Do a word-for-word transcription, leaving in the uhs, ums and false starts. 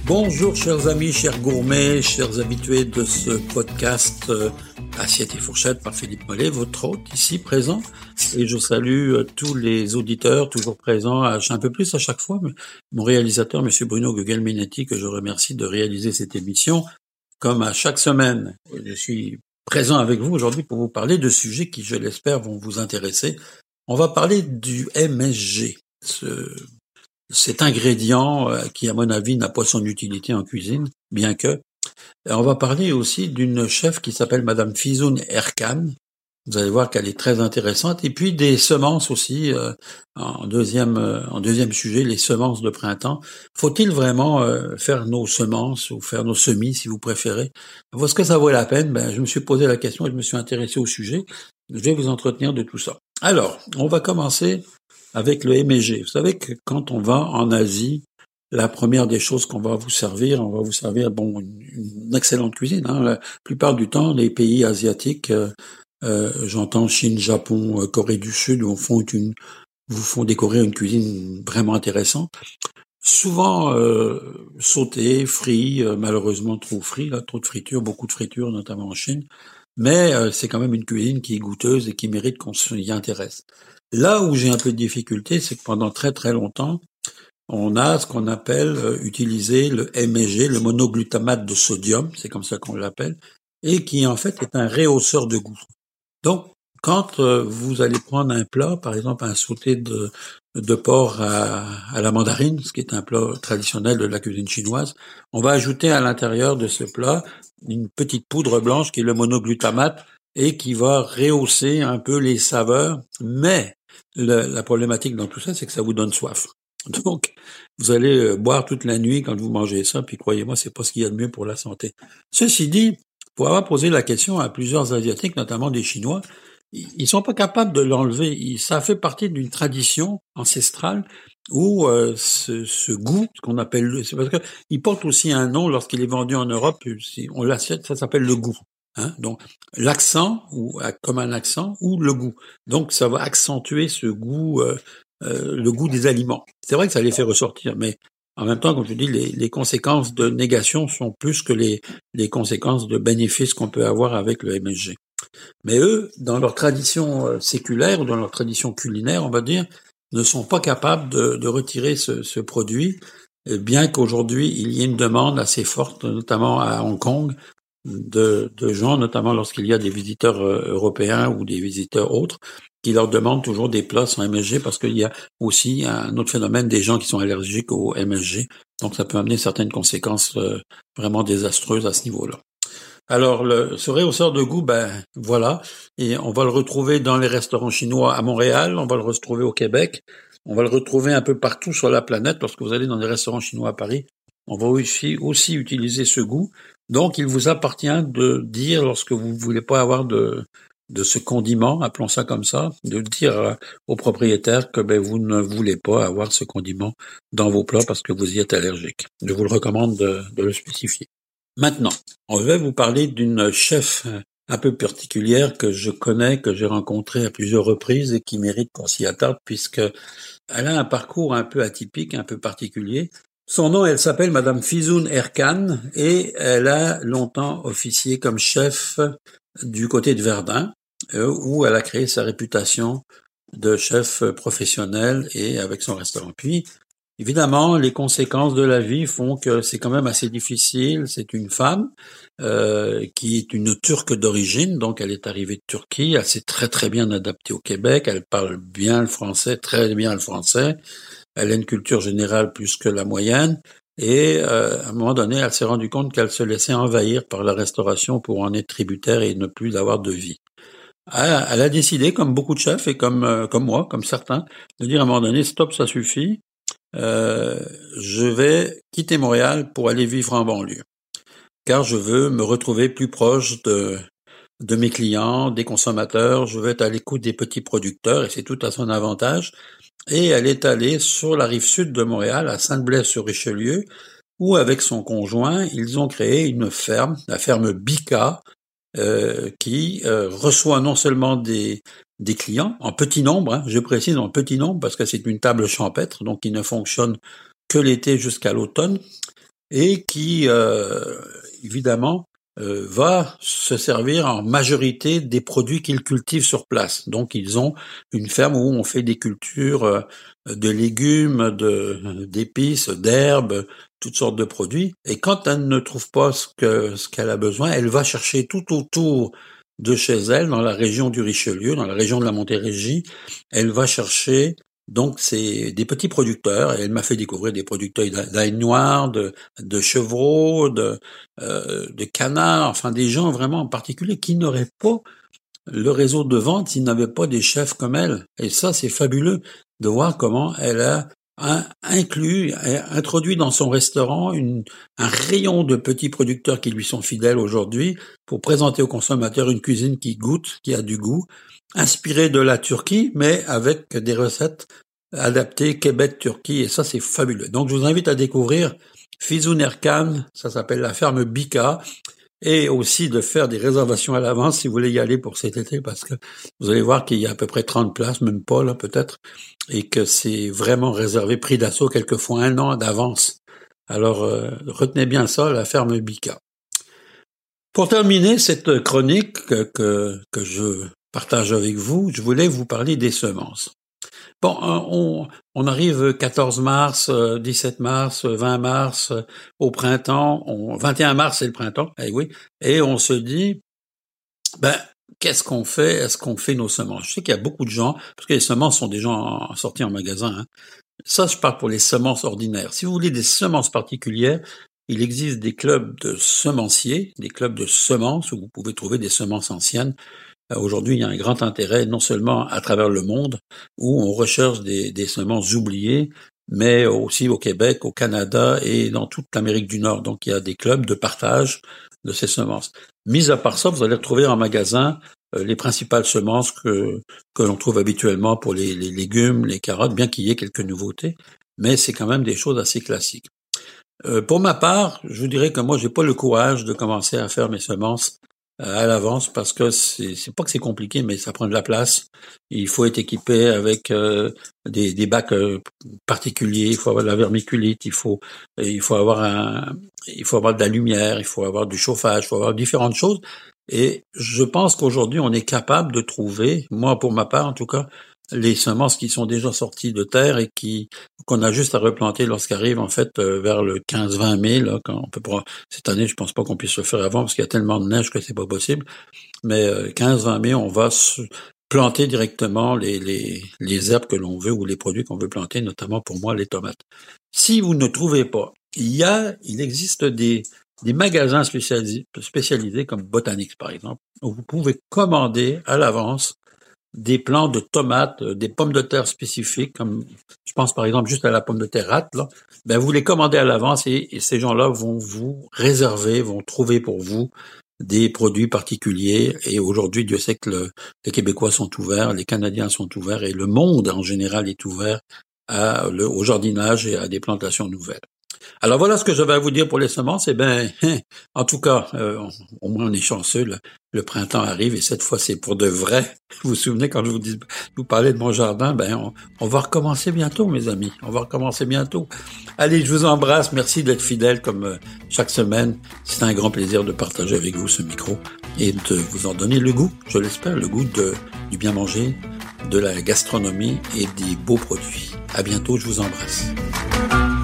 Bonjour chers amis, chers gourmets, chers habitués de ce podcast euh, Assiette et fourchette par Philippe Mollet, votre hôte ici présent. Et je salue euh, tous les auditeurs toujours présents, à, un peu plus à chaque fois, mais mon réalisateur, monsieur Bruno Gugelminetti, que je remercie de réaliser cette émission. Comme à chaque semaine, je suis présent avec vous aujourd'hui pour vous parler de sujets qui, je l'espère, vont vous intéresser. On va parler du M S G, ce cet ingrédient qui, à mon avis, n'a pas son utilité en cuisine, bien que. On va parler aussi d'une chef qui s'appelle Madame Fizoun Erkan. Vous allez voir qu'elle est très intéressante. Et puis des semences aussi, euh, en deuxième euh, en deuxième sujet, les semences de printemps. Faut-il vraiment euh, faire nos semences ou faire nos semis, si vous préférez? Est-ce que ça vaut la peine? Ben, je me suis posé la question et je me suis intéressé au sujet. Je vais vous entretenir de tout ça. Alors, on va commencer avec le M S G. Vous savez que quand on va en Asie, la première des choses qu'on va vous servir, on va vous servir bon une, une excellente cuisine. Hein. La plupart du temps, les pays asiatiques, euh, euh, j'entends Chine, Japon, euh, Corée du Sud, vous font une, vous font décorer une cuisine vraiment intéressante. Souvent euh, sauté, frit, euh, malheureusement trop frit, là, trop de friture, beaucoup de friture, notamment en Chine. Mais euh, c'est quand même une cuisine qui est goûteuse et qui mérite qu'on s'y intéresse. Là où j'ai un peu de difficulté, c'est que pendant très très longtemps, on a ce qu'on appelle euh, utiliser le M S G, le monoglutamate de sodium, c'est comme ça qu'on l'appelle, et qui en fait est un rehausseur de goût. Donc, quand euh, vous allez prendre un plat, par exemple un sauté de, de porc à, à la mandarine, ce qui est un plat traditionnel de la cuisine chinoise, on va ajouter à l'intérieur de ce plat une petite poudre blanche qui est le monoglutamate et qui va rehausser un peu les saveurs, mais le, la problématique dans tout ça, c'est que ça vous donne soif. Donc, vous allez boire toute la nuit quand vous mangez ça, puis croyez-moi, c'est pas ce qu'il y a de mieux pour la santé. Ceci dit, pour avoir posé la question à plusieurs Asiatiques, notamment des Chinois, ils sont pas capables de l'enlever. Ça fait partie d'une tradition ancestrale où euh, ce, ce goût, ce qu'on appelle, c'est parce que il porte aussi un nom lorsqu'il est vendu en Europe, on l'assiette, ça s'appelle le goût. Hein, donc l'accent ou comme un accent ou le goût. Donc ça va accentuer ce goût, euh, euh, le goût des aliments. C'est vrai que ça les fait ressortir, mais en même temps, comme je dis, les, les conséquences de négation sont plus que les, les conséquences de bénéfices qu'on peut avoir avec le M S G. Mais eux, dans leur tradition euh, séculaire ou dans leur tradition culinaire, on va dire, ne sont pas capables de, de retirer ce, ce produit, bien qu'aujourd'hui il y ait une demande assez forte, notamment à Hong Kong, de, de gens, notamment lorsqu'il y a des visiteurs euh, européens ou des visiteurs autres, qui leur demandent toujours des plats sans M S G parce qu'il y a aussi un autre phénomène des gens qui sont allergiques au M S G. Donc ça peut amener certaines conséquences euh, vraiment désastreuses à ce niveau-là. Alors, le, ce rehausseur de goût, ben voilà, et on va le retrouver dans les restaurants chinois à Montréal, on va le retrouver au Québec, on va le retrouver un peu partout sur la planète. Lorsque vous allez dans les restaurants chinois à Paris, on va aussi, aussi utiliser ce goût. Donc, il vous appartient de dire, lorsque vous ne voulez pas avoir de, de ce condiment, appelons ça comme ça, de dire au propriétaire que ben, vous ne voulez pas avoir ce condiment dans vos plats parce que vous y êtes allergique. Je vous le recommande de, de le spécifier. Maintenant, on va vous parler d'une chef un peu particulière que je connais, que j'ai rencontrée à plusieurs reprises et qui mérite qu'on s'y attarde puisque elle a un parcours un peu atypique, un peu particulier. Son nom, elle s'appelle Madame Fizoun Erkan et elle a longtemps officié comme chef du côté de Verdun, où elle a créé sa réputation de chef professionnel et avec son restaurant. Puis, évidemment, les conséquences de la vie font que c'est quand même assez difficile. C'est une femme euh, qui est une Turque d'origine, donc elle est arrivée de Turquie. Elle s'est très très bien adaptée au Québec. Elle parle bien le français, très bien le français. Elle a une culture générale plus que la moyenne. Et euh, à un moment donné, elle s'est rendue compte qu'elle se laissait envahir par la restauration pour en être tributaire et ne plus avoir de vie. Elle, elle a décidé, comme beaucoup de chefs et comme euh, comme moi, comme certains, de dire à un moment donné, stop, ça suffit. Euh, je vais quitter Montréal pour aller vivre en banlieue, car je veux me retrouver plus proche de de mes clients, des consommateurs. Je veux être à l'écoute des petits producteurs et c'est tout à son avantage. Et elle est allée sur la rive sud de Montréal, à Sainte-Blaise-sur-Richelieu, où avec son conjoint, ils ont créé une ferme, la ferme Bika, euh, qui euh, reçoit non seulement des des clients en petit nombre, hein, je précise en petit nombre parce que c'est une table champêtre, donc qui ne fonctionne que l'été jusqu'à l'automne, et qui, euh, évidemment, euh, va se servir en majorité des produits qu'ils cultivent sur place. Donc, ils ont une ferme où on fait des cultures euh, de légumes, de, d'épices, d'herbes, toutes sortes de produits. Et quand elle ne trouve pas ce que, ce qu'elle a besoin, elle va chercher tout autour de chez elle, dans la région du Richelieu, dans la région de la Montérégie. Elle va chercher donc c'est des petits producteurs, et elle m'a fait découvrir des producteurs d'ail noir, de, de chevreau, de, euh, de canards, enfin des gens vraiment en particulier qui n'auraient pas le réseau de vente s'ils n'avaient pas des chefs comme elle. Et ça, c'est fabuleux de voir comment elle a inclus, introduit dans son restaurant une, un rayon de petits producteurs qui lui sont fidèles aujourd'hui pour présenter aux consommateurs une cuisine qui goûte, qui a du goût, inspirée de la Turquie, mais avec des recettes adaptées Québec-Turquie, et ça, c'est fabuleux. Donc, je vous invite à découvrir Füsun Erkan, ça s'appelle la ferme Bika, et aussi de faire des réservations à l'avance si vous voulez y aller pour cet été, parce que vous allez voir qu'il y a à peu près trente places, même pas là peut-être, et que c'est vraiment réservé prix d'assaut quelquefois un an d'avance. Alors, euh, retenez bien ça, la ferme Bika. Pour terminer cette chronique que, que, que je partage avec vous, je voulais vous parler des semences. Bon, on, on arrive quatorze mars, dix-sept mars, vingt mars, au printemps, on, vingt et un mars c'est le printemps, eh oui, et on se dit, ben, qu'est-ce qu'on fait? Est-ce qu'on fait nos semences? Je sais qu'il y a beaucoup de gens, parce que les semences sont déjà en, sorties en magasin, hein. Ça, je parle pour les semences ordinaires. Si vous voulez des semences particulières, il existe des clubs de semenciers, des clubs de semences, où vous pouvez trouver des semences anciennes. Aujourd'hui, il y a un grand intérêt, non seulement à travers le monde, où on recherche des, des semences oubliées, mais aussi au Québec, au Canada et dans toute l'Amérique du Nord. Donc, il y a des clubs de partage de ces semences. Mis à part ça, vous allez retrouver en magasin euh, les principales semences que que l'on trouve habituellement pour les, les légumes, les carottes, bien qu'il y ait quelques nouveautés, mais c'est quand même des choses assez classiques. Euh, pour ma part, je vous dirais que moi, j'ai pas le courage de commencer à faire mes semences à l'avance parce que c'est, c'est pas que c'est compliqué, mais ça prend de la place. Il faut être équipé avec euh, des, des bacs euh, particuliers. Il faut avoir de la vermiculite. Il faut, il faut avoir un, il faut avoir de la lumière. Il faut avoir du chauffage. Il faut avoir différentes choses. Et je pense qu'aujourd'hui, on est capable de trouver, moi pour ma part en tout cas, les semences qui sont déjà sorties de terre et qui qu'on a juste à replanter lorsqu'arrive en fait euh, vers le quinze vingt mai là, quand on peut pas, cette année je pense pas qu'on puisse le faire avant parce qu'il y a tellement de neige que c'est pas possible, mais euh, quinze vingt mai on va se planter directement les les les herbes que l'on veut ou les produits qu'on veut planter, notamment pour moi les tomates. Si vous ne trouvez pas, il y a il existe des des magasins spécialisés spécialisés comme Botanix par exemple où vous pouvez commander à l'avance des plants de tomates, des pommes de terre spécifiques, comme je pense par exemple juste à la pomme de terre rate, là, ben vous les commandez à l'avance et, et ces gens-là vont vous réserver, vont trouver pour vous des produits particuliers. Et aujourd'hui, Dieu sait que le, les Québécois sont ouverts, les Canadiens sont ouverts et le monde en général est ouvert à, le, au jardinage et à des plantations nouvelles. Alors voilà ce que j'avais à vous dire pour les semences. Eh ben, en tout cas, euh, au moins on est chanceux. Le, le printemps arrive et cette fois c'est pour de vrai. Vous vous souvenez quand je vous dis, vous parlais de mon jardin, ben on, on va recommencer bientôt, mes amis. On va recommencer bientôt. Allez, je vous embrasse. Merci d'être fidèles comme euh, chaque semaine. C'est un grand plaisir de partager avec vous ce micro et de vous en donner le goût, je l'espère, le goût de, du bien manger, de la gastronomie et des beaux produits. À bientôt, je vous embrasse.